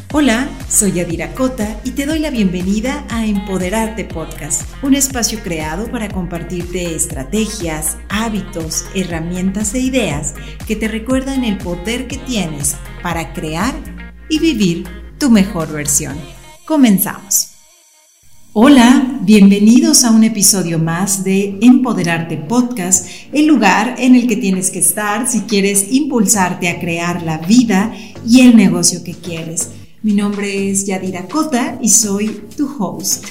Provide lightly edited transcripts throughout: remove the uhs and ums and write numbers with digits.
Hola, soy Yadira Cota y te doy la bienvenida a Empoderarte Podcast, un espacio creado para compartirte estrategias, hábitos, herramientas e ideas que te recuerdan el poder que tienes para crear y vivir tu mejor versión. Comenzamos. Hola, bienvenidos a un episodio más de Empoderarte Podcast, el lugar en el que tienes que estar si quieres impulsarte a crear la vida y el negocio que quieres. Mi nombre es Yadira Cota y soy tu host.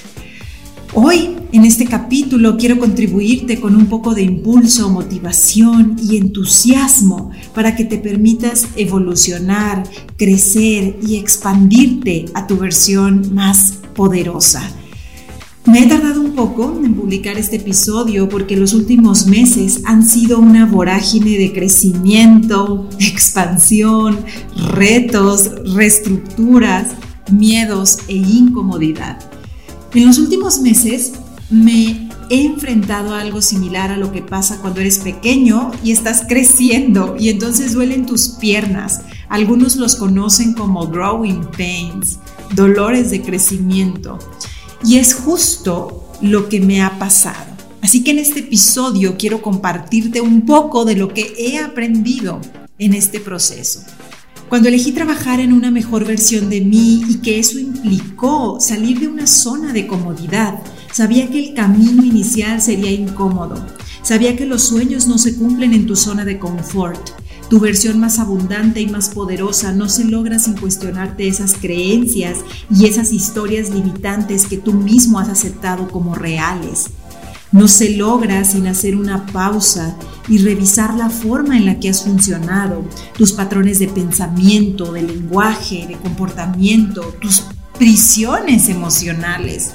Hoy, en este capítulo, quiero contribuirte con un poco de impulso, motivación y entusiasmo para que te permitas evolucionar, crecer y expandirte a tu versión más poderosa. Me he tardado un poco en publicar este episodio porque los últimos meses han sido una vorágine de crecimiento, expansión, retos, reestructuras, miedos e incomodidad. En los últimos meses me he enfrentado a algo similar a lo que pasa cuando eres pequeño y estás creciendo y entonces duelen tus piernas. Algunos los conocen como growing pains, dolores de crecimiento. Y es justo lo que me ha pasado. Así que en este episodio quiero compartirte un poco de lo que he aprendido en este proceso. Cuando elegí trabajar en una mejor versión de mí y que eso implicó salir de una zona de comodidad, sabía que el camino inicial sería incómodo. Sabía que los sueños no se cumplen en tu zona de confort. Tu versión más abundante y más poderosa no se logra sin cuestionarte esas creencias y esas historias limitantes que tú mismo has aceptado como reales. No se logra sin hacer una pausa y revisar la forma en la que has funcionado, tus patrones de pensamiento, de lenguaje, de comportamiento, tus prisiones emocionales.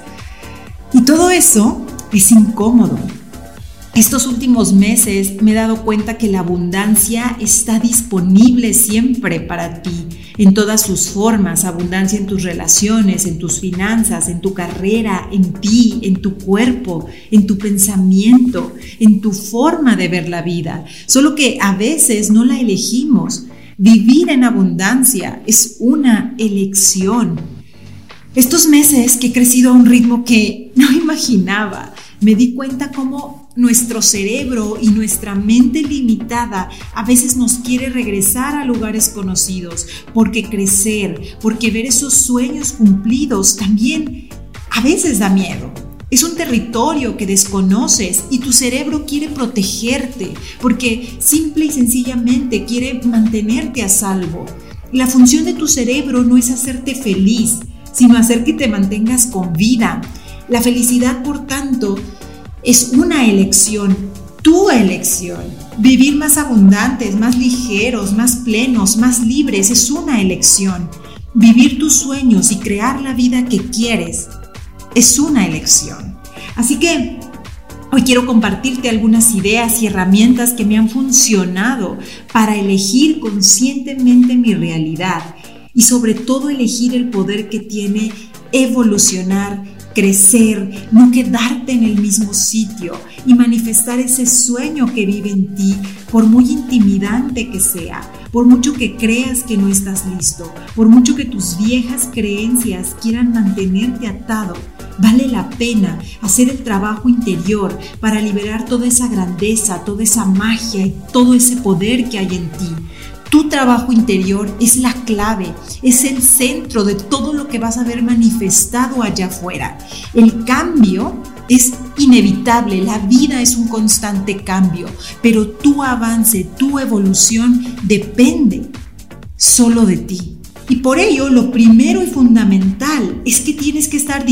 Y todo eso es incómodo. Estos últimos meses me he dado cuenta que la abundancia está disponible siempre para ti, en todas sus formas, abundancia en tus relaciones, en tus finanzas, en tu carrera, en ti, en tu cuerpo, en tu pensamiento, en tu forma de ver la vida, solo que a veces no la elegimos. Vivir en abundancia es una elección. Estos meses que he crecido a un ritmo que no imaginaba, me di cuenta cómo nuestro cerebro y nuestra mente limitada a veces nos quiere regresar a lugares conocidos, porque crecer, porque ver esos sueños cumplidos también a veces da miedo. Es un territorio que desconoces y tu cerebro quiere protegerte, porque simple y sencillamente quiere mantenerte a salvo. La función de tu cerebro no es hacerte feliz, sino hacer que te mantengas con vida. La felicidad, por tanto, es una elección, tu elección. Vivir más abundantes, más ligeros, más plenos, más libres es una elección. Vivir tus sueños y crear la vida que quieres es una elección. Así que hoy quiero compartirte algunas ideas y herramientas que me han funcionado para elegir conscientemente mi realidad y sobre todo elegir el poder que tiene evolucionar, crecer, no quedarte en el mismo sitio y manifestar ese sueño que vive en ti, por muy intimidante que sea, por mucho que creas que no estás listo, por mucho que tus viejas creencias quieran mantenerte atado. Vale la pena hacer el trabajo interior para liberar toda esa grandeza, toda esa magia y todo ese poder que hay en ti. Tu trabajo interior es la clave, es el centro de todo lo que vas a ver manifestado allá afuera. El cambio es inevitable, la vida es un constante cambio, pero tu avance, tu evolución depende solo de ti. Y por ello, lo primero y fundamental es que tienes que estar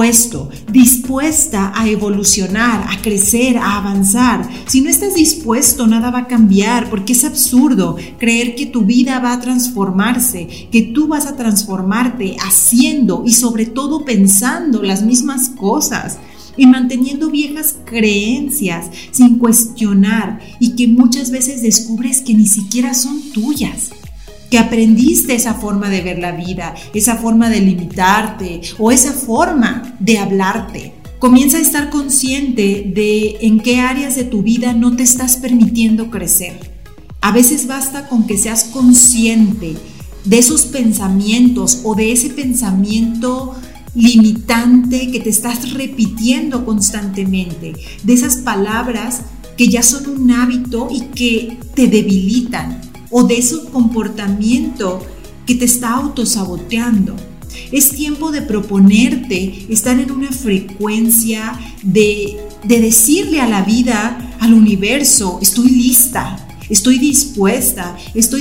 dispuesta a evolucionar, a crecer, a avanzar. Si no estás dispuesto, nada va a cambiar, porque es absurdo creer que tu vida va a transformarse, que tú vas a transformarte haciendo y sobre todo pensando las mismas cosas y manteniendo viejas creencias sin cuestionar y que muchas veces descubres que ni siquiera son tuyas. Que aprendiste esa forma de ver la vida, esa forma de limitarte o esa forma de hablarte. Comienza a estar consciente de en qué áreas de tu vida no te estás permitiendo crecer. A veces basta con que seas consciente de esos pensamientos o de ese pensamiento limitante que te estás repitiendo constantemente, de esas palabras que ya son un hábito y que te debilitan, o de ese comportamiento que te está autosaboteando. Es tiempo de proponerte estar en una frecuencia de decirle a la vida, al universo: estoy lista, estoy dispuesta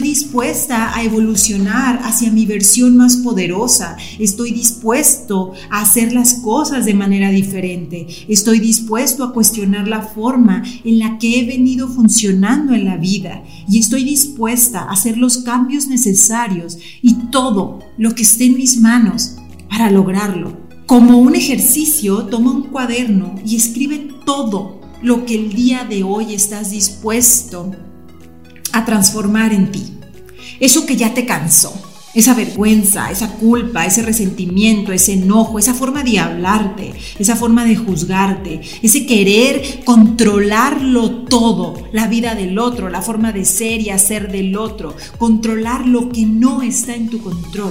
a evolucionar hacia mi versión más poderosa, estoy dispuesto a hacer las cosas de manera diferente, estoy dispuesto a cuestionar la forma en la que he venido funcionando en la vida y estoy dispuesta a hacer los cambios necesarios y todo lo que esté en mis manos para lograrlo. Como un ejercicio, toma un cuaderno y escribe todo lo que el día de hoy estás dispuesto a transformar en ti. Eso que ya te cansó, esa vergüenza, esa culpa, ese resentimiento, ese enojo, esa forma de hablarte, esa forma de juzgarte, ese querer controlarlo todo, la vida del otro, la forma de ser y hacer del otro, controlar lo que no está en tu control.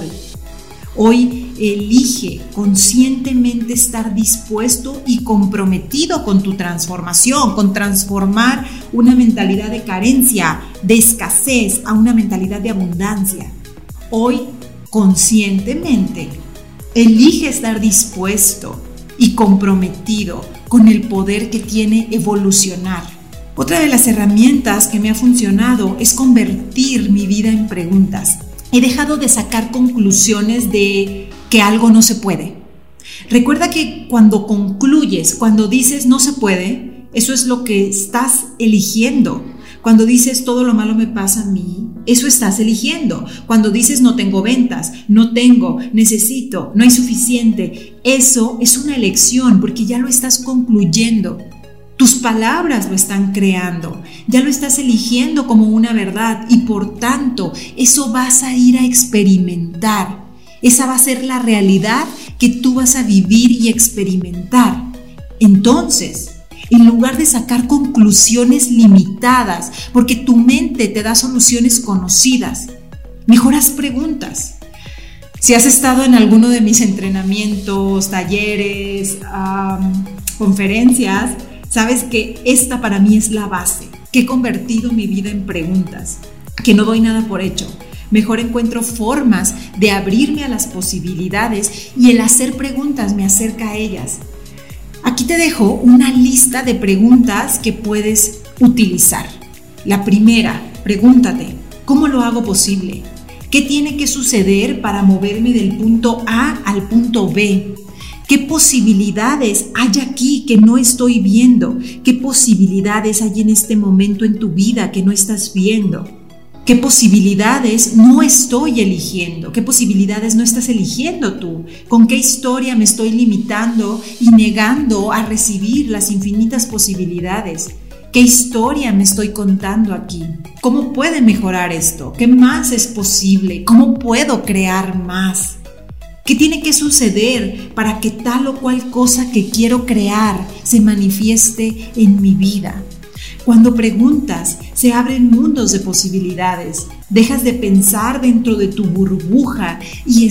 Hoy elige conscientemente estar dispuesto y comprometido con tu transformación, con transformar una mentalidad de carencia, de escasez, a una mentalidad de abundancia. Hoy, conscientemente, elige estar dispuesto y comprometido con el poder que tiene evolucionar. Otra de las herramientas que me ha funcionado es convertir mi vida en preguntas. He dejado de sacar conclusiones de que algo no se puede. Recuerda que cuando concluyes, cuando dices no se puede, eso es lo que estás eligiendo. Cuando dices todo lo malo me pasa a mí, eso estás eligiendo. Cuando dices no tengo ventas, no tengo, necesito, no hay suficiente, eso es una elección porque ya lo estás concluyendo. Tus palabras lo están creando, ya lo estás eligiendo como una verdad y por tanto eso vas a ir a experimentar. Esa va a ser la realidad que tú vas a vivir y experimentar. Entonces, en lugar de sacar conclusiones limitadas, porque tu mente te da soluciones conocidas, mejor haz preguntas. Si has estado en alguno de mis entrenamientos, talleres, conferencias, sabes que esta para mí es la base, que he convertido mi vida en preguntas, que no doy nada por hecho. Mejor encuentro formas de abrirme a las posibilidades y el hacer preguntas me acerca a ellas. Aquí te dejo una lista de preguntas que puedes utilizar. La primera, pregúntate, ¿cómo lo hago posible? ¿Qué tiene que suceder para moverme del punto A al punto B? ¿Qué posibilidades hay aquí que no estoy viendo? ¿Qué posibilidades hay en este momento en tu vida que no estás viendo? ¿Qué posibilidades no estoy eligiendo? ¿Qué posibilidades no estás eligiendo tú? ¿Con qué historia me estoy limitando y negando a recibir las infinitas posibilidades? ¿Qué historia me estoy contando aquí? ¿Cómo puede mejorar esto? ¿Qué más es posible? ¿Cómo puedo crear más? ¿Qué tiene que suceder para que tal o cual cosa que quiero crear se manifieste en mi vida? Cuando preguntas, se abren mundos de posibilidades. Dejas de pensar dentro de tu burbuja y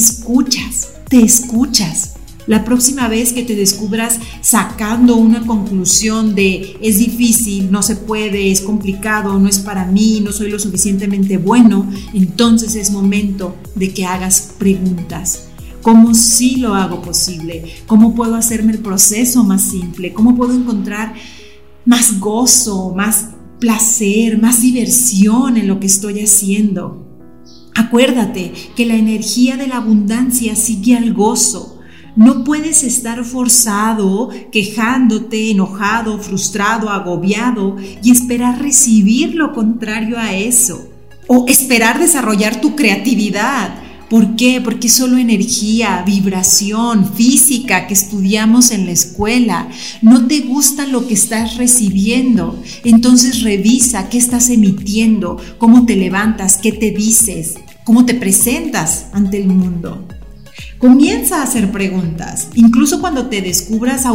te escuchas. La próxima vez que te descubras sacando una conclusión de es difícil, no se puede, es complicado, no es para mí, no soy lo suficientemente bueno, entonces es momento de que hagas preguntas. ¿Cómo sí lo hago posible? ¿Cómo puedo hacerme el proceso más simple? ¿Cómo puedo encontrar más gozo, más placer, más diversión en lo que estoy haciendo? Acuérdate que la energía de la abundancia sigue al gozo. No puedes estar forzado, quejándote, enojado, frustrado, agobiado y esperar recibir lo contrario a eso. O esperar desarrollar tu creatividad. ¿Por qué? Porque es solo energía, vibración, física que estudiamos en la escuela. No te gusta lo que estás recibiendo, entonces revisa qué estás emitiendo, cómo te levantas, qué te dices, cómo te presentas ante el mundo. Comienza a hacer preguntas, incluso cuando te descubras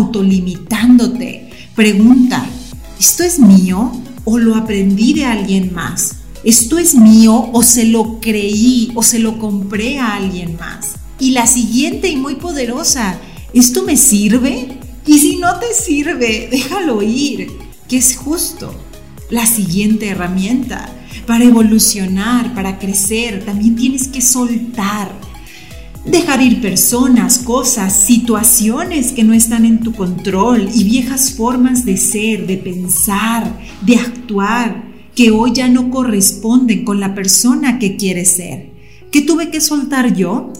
autolimitándote. Pregunta, ¿esto es mío o lo aprendí de alguien más? ¿esto es mío o se lo creí o se lo compré a alguien más? Y la siguiente y muy poderosa, ¿esto me sirve? Y si no te sirve, déjalo ir, que es justo. La siguiente herramienta, para evolucionar, para crecer, también tienes que soltar. Dejar ir personas, cosas, situaciones que no están en tu control y viejas formas de ser, de pensar, de actuar, que hoy ya no corresponden con la persona que quieres ser. ¿Qué tuve que soltar yo?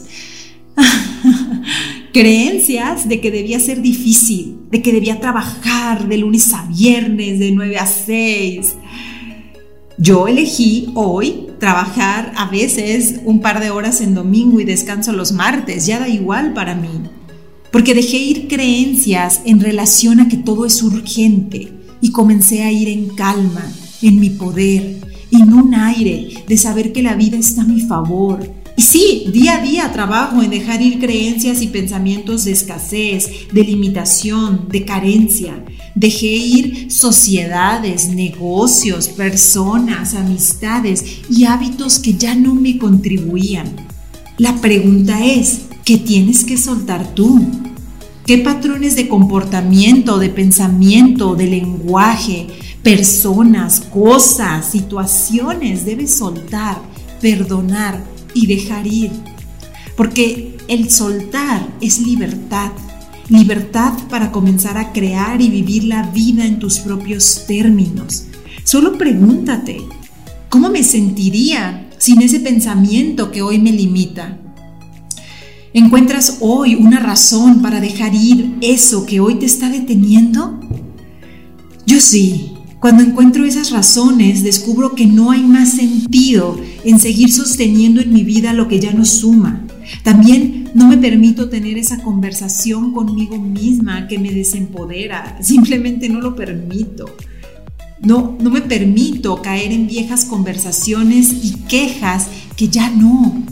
Creencias de que debía ser difícil, de que debía trabajar de lunes a viernes, de 9 a 6. Yo elegí hoy trabajar a veces un par de horas en domingo y descanso los martes, ya da igual para mí, porque dejé ir creencias en relación a que todo es urgente y comencé a ir en calma, en mi poder, en un aire de saber que la vida está a mi favor. Y sí, día a día trabajo en dejar ir creencias y pensamientos de escasez, de limitación, de carencia. Dejé ir sociedades, negocios, personas, amistades y hábitos que ya no me contribuían. La pregunta es, ¿qué tienes que soltar tú? ¿Qué patrones de comportamiento, de pensamiento, de lenguaje, personas, cosas, situaciones debes soltar, perdonar y dejar ir? Porque el soltar es libertad. Libertad para comenzar a crear y vivir la vida en tus propios términos. Solo pregúntate, ¿cómo me sentiría sin ese pensamiento que hoy me limita? ¿Encuentras hoy una razón para dejar ir eso que hoy te está deteniendo? Yo sí. Cuando encuentro esas razones, descubro que no hay más sentido en seguir sosteniendo en mi vida lo que ya no suma. También no me permito tener esa conversación conmigo misma que me desempodera. Simplemente no lo permito. No me permito caer en viejas conversaciones y quejas que ya no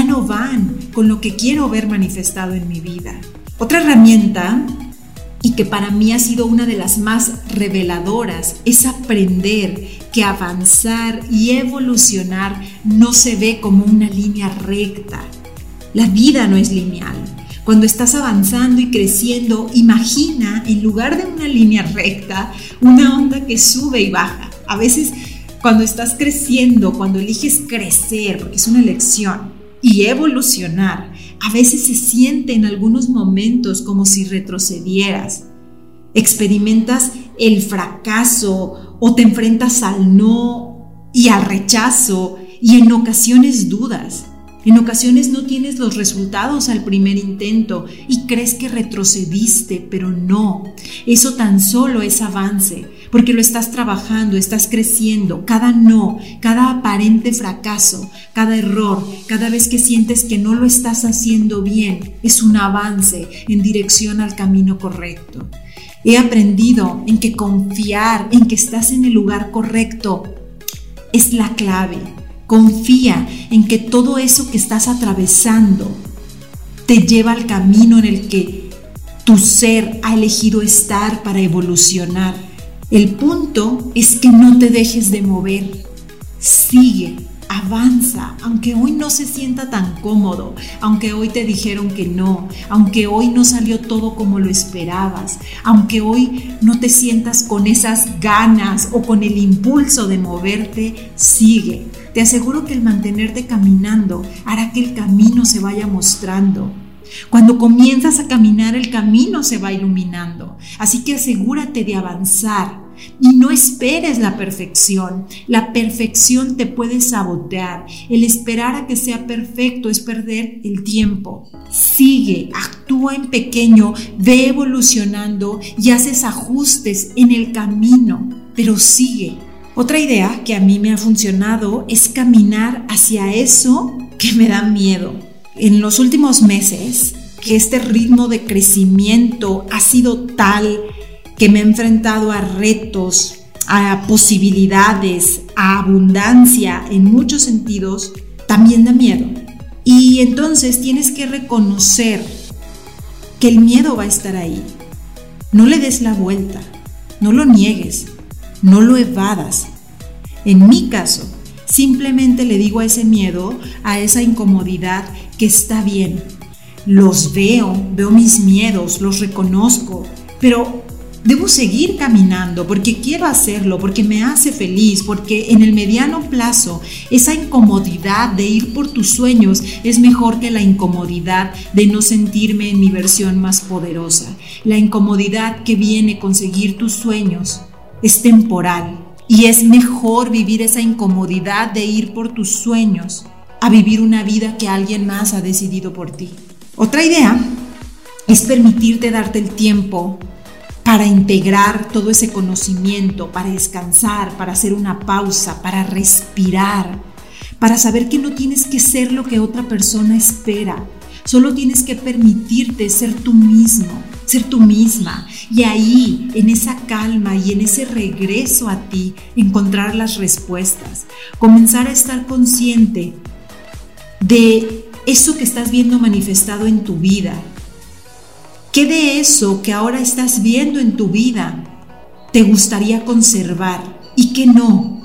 van con lo que quiero ver manifestado en mi vida. Otra herramienta, y que para mí ha sido una de las más reveladoras, es aprender que avanzar y evolucionar no se ve como una línea recta. La vida no es lineal. Cuando estás avanzando y creciendo, imagina, en lugar de una línea recta, una onda que sube y baja. A veces, cuando estás creciendo, cuando eliges crecer, porque es una elección, y evolucionar, a veces se siente en algunos momentos como si retrocedieras. Experimentas el fracaso o te enfrentas al no y al rechazo y en ocasiones dudas. En ocasiones no tienes los resultados al primer intento y crees que retrocediste, pero no. Eso tan solo es avance, porque lo estás trabajando, estás creciendo. Cada no, cada aparente fracaso, cada error, cada vez que sientes que no lo estás haciendo bien, es un avance en dirección al camino correcto. He aprendido en que confiar en que estás en el lugar correcto es la clave. Confía en que todo eso que estás atravesando te lleva al camino en el que tu ser ha elegido estar para evolucionar. El punto es que no te dejes de mover. Sigue, avanza, aunque hoy no se sienta tan cómodo, aunque hoy te dijeron que no, aunque hoy no salió todo como lo esperabas, aunque hoy no te sientas con esas ganas o con el impulso de moverte, sigue. Te aseguro que el mantenerte caminando hará que el camino se vaya mostrando. Cuando comienzas a caminar, el camino se va iluminando. Así que asegúrate de avanzar y no esperes la perfección. La perfección te puede sabotear. El esperar a que sea perfecto es perder el tiempo. Sigue, actúa en pequeño, ve evolucionando y haces ajustes en el camino, pero sigue. Otra idea que a mí me ha funcionado es caminar hacia eso que me da miedo. En los últimos meses, que este ritmo de crecimiento ha sido tal que me he enfrentado a retos, a posibilidades, a abundancia en muchos sentidos, también da miedo. Y entonces tienes que reconocer que el miedo va a estar ahí. No le des la vuelta, no lo niegues. No lo evadas. En mi caso, Simplemente le digo a ese miedo, a esa incomodidad, que está bien. Los veo mis miedos, los reconozco, pero debo seguir caminando porque quiero hacerlo, porque me hace feliz, porque en el mediano plazo esa incomodidad de ir por tus sueños es mejor que la incomodidad de no sentirme en mi versión más poderosa. La incomodidad que viene con seguir tus sueños es temporal y es mejor vivir esa incomodidad de ir por tus sueños a vivir una vida que alguien más ha decidido por ti. Otra idea es permitirte darte el tiempo para integrar todo ese conocimiento, para descansar, para hacer una pausa, para respirar, para saber que no tienes que ser lo que otra persona espera. Solo tienes que permitirte ser tú mismo, ser tú misma. Y ahí, en esa calma y en ese regreso a ti, encontrar las respuestas. Comenzar a estar consciente de eso que estás viendo manifestado en tu vida. ¿Qué de eso que ahora estás viendo en tu vida te gustaría conservar y qué no?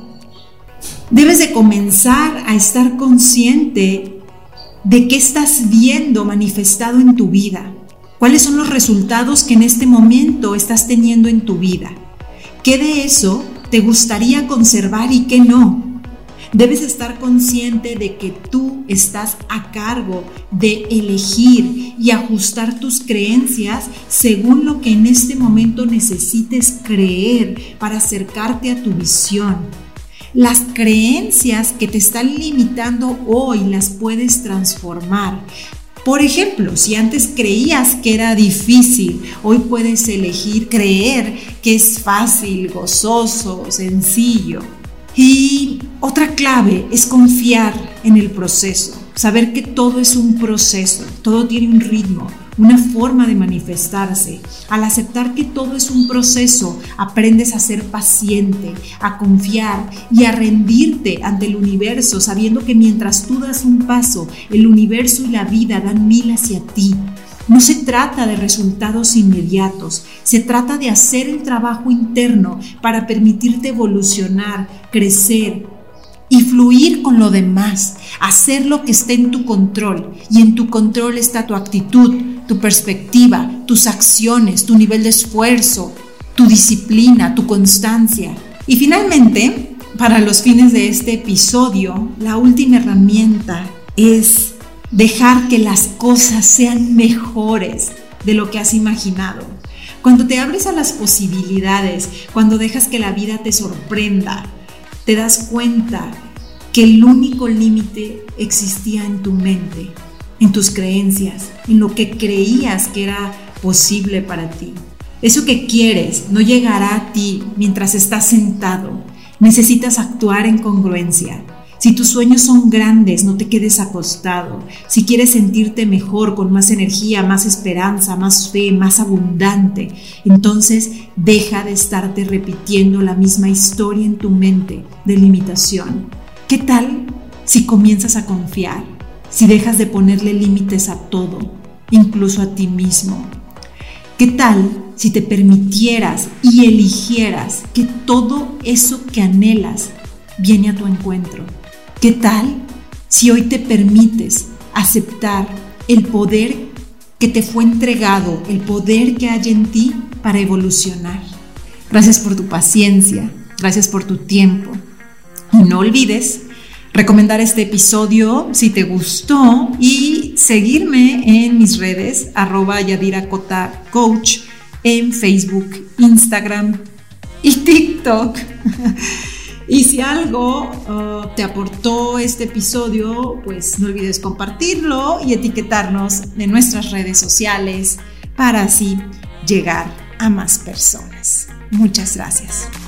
Debes de comenzar a estar consciente de qué estás viendo manifestado en tu vida. ¿Cuáles son los resultados que en este momento estás teniendo en tu vida? ¿Qué de eso te gustaría conservar y qué no? Debes estar consciente de que tú estás a cargo de elegir y ajustar tus creencias según lo que en este momento necesites creer para acercarte a tu visión. Las creencias que te están limitando hoy las puedes transformar. Por ejemplo, si antes creías que era difícil, hoy puedes elegir creer que es fácil, gozoso, sencillo. Y otra clave es confiar en el proceso, saber que todo es un proceso, todo tiene un ritmo, una forma de manifestarse. Al aceptar que todo es un proceso, aprendes a ser paciente, a confiar y a rendirte ante el universo, sabiendo que mientras tú das un paso, el universo y la vida dan 1000 hacia ti. No se trata de resultados inmediatos, se trata de hacer el trabajo interno para permitirte evolucionar, crecer y fluir con lo demás, hacer lo que esté en tu control. Y en tu control está tu actitud, tu perspectiva, tus acciones, tu nivel de esfuerzo, tu disciplina, tu constancia. Y finalmente, para los fines de este episodio, la última herramienta es dejar que las cosas sean mejores de lo que has imaginado. Cuando te abres a las posibilidades, cuando dejas que la vida te sorprenda, te das cuenta que el único límite existía en tu mente, en tus creencias, en lo que creías que era posible para ti. Eso que quieres no llegará a ti mientras estás sentado. Necesitas actuar en congruencia. Si tus sueños son grandes, no te quedes acostado. Si quieres sentirte mejor, con más energía, más esperanza, más fe, más abundante, entonces deja de estarte repitiendo la misma historia en tu mente de limitación. ¿Qué tal si comienzas a confiar? Si dejas de ponerle límites a todo, incluso a ti mismo. ¿Qué tal si te permitieras y eligieras que todo eso que anhelas viene a tu encuentro? ¿Qué tal si hoy te permites aceptar el poder que te fue entregado, el poder que hay en ti para evolucionar? Gracias por tu paciencia, gracias por tu tiempo. Y no olvides recomendar este episodio si te gustó y seguirme en mis redes @YadiraCotaCoach en Facebook, Instagram y TikTok. Y si algo te aportó este episodio, pues no olvides compartirlo y etiquetarnos en nuestras redes sociales para así llegar a más personas. Muchas gracias.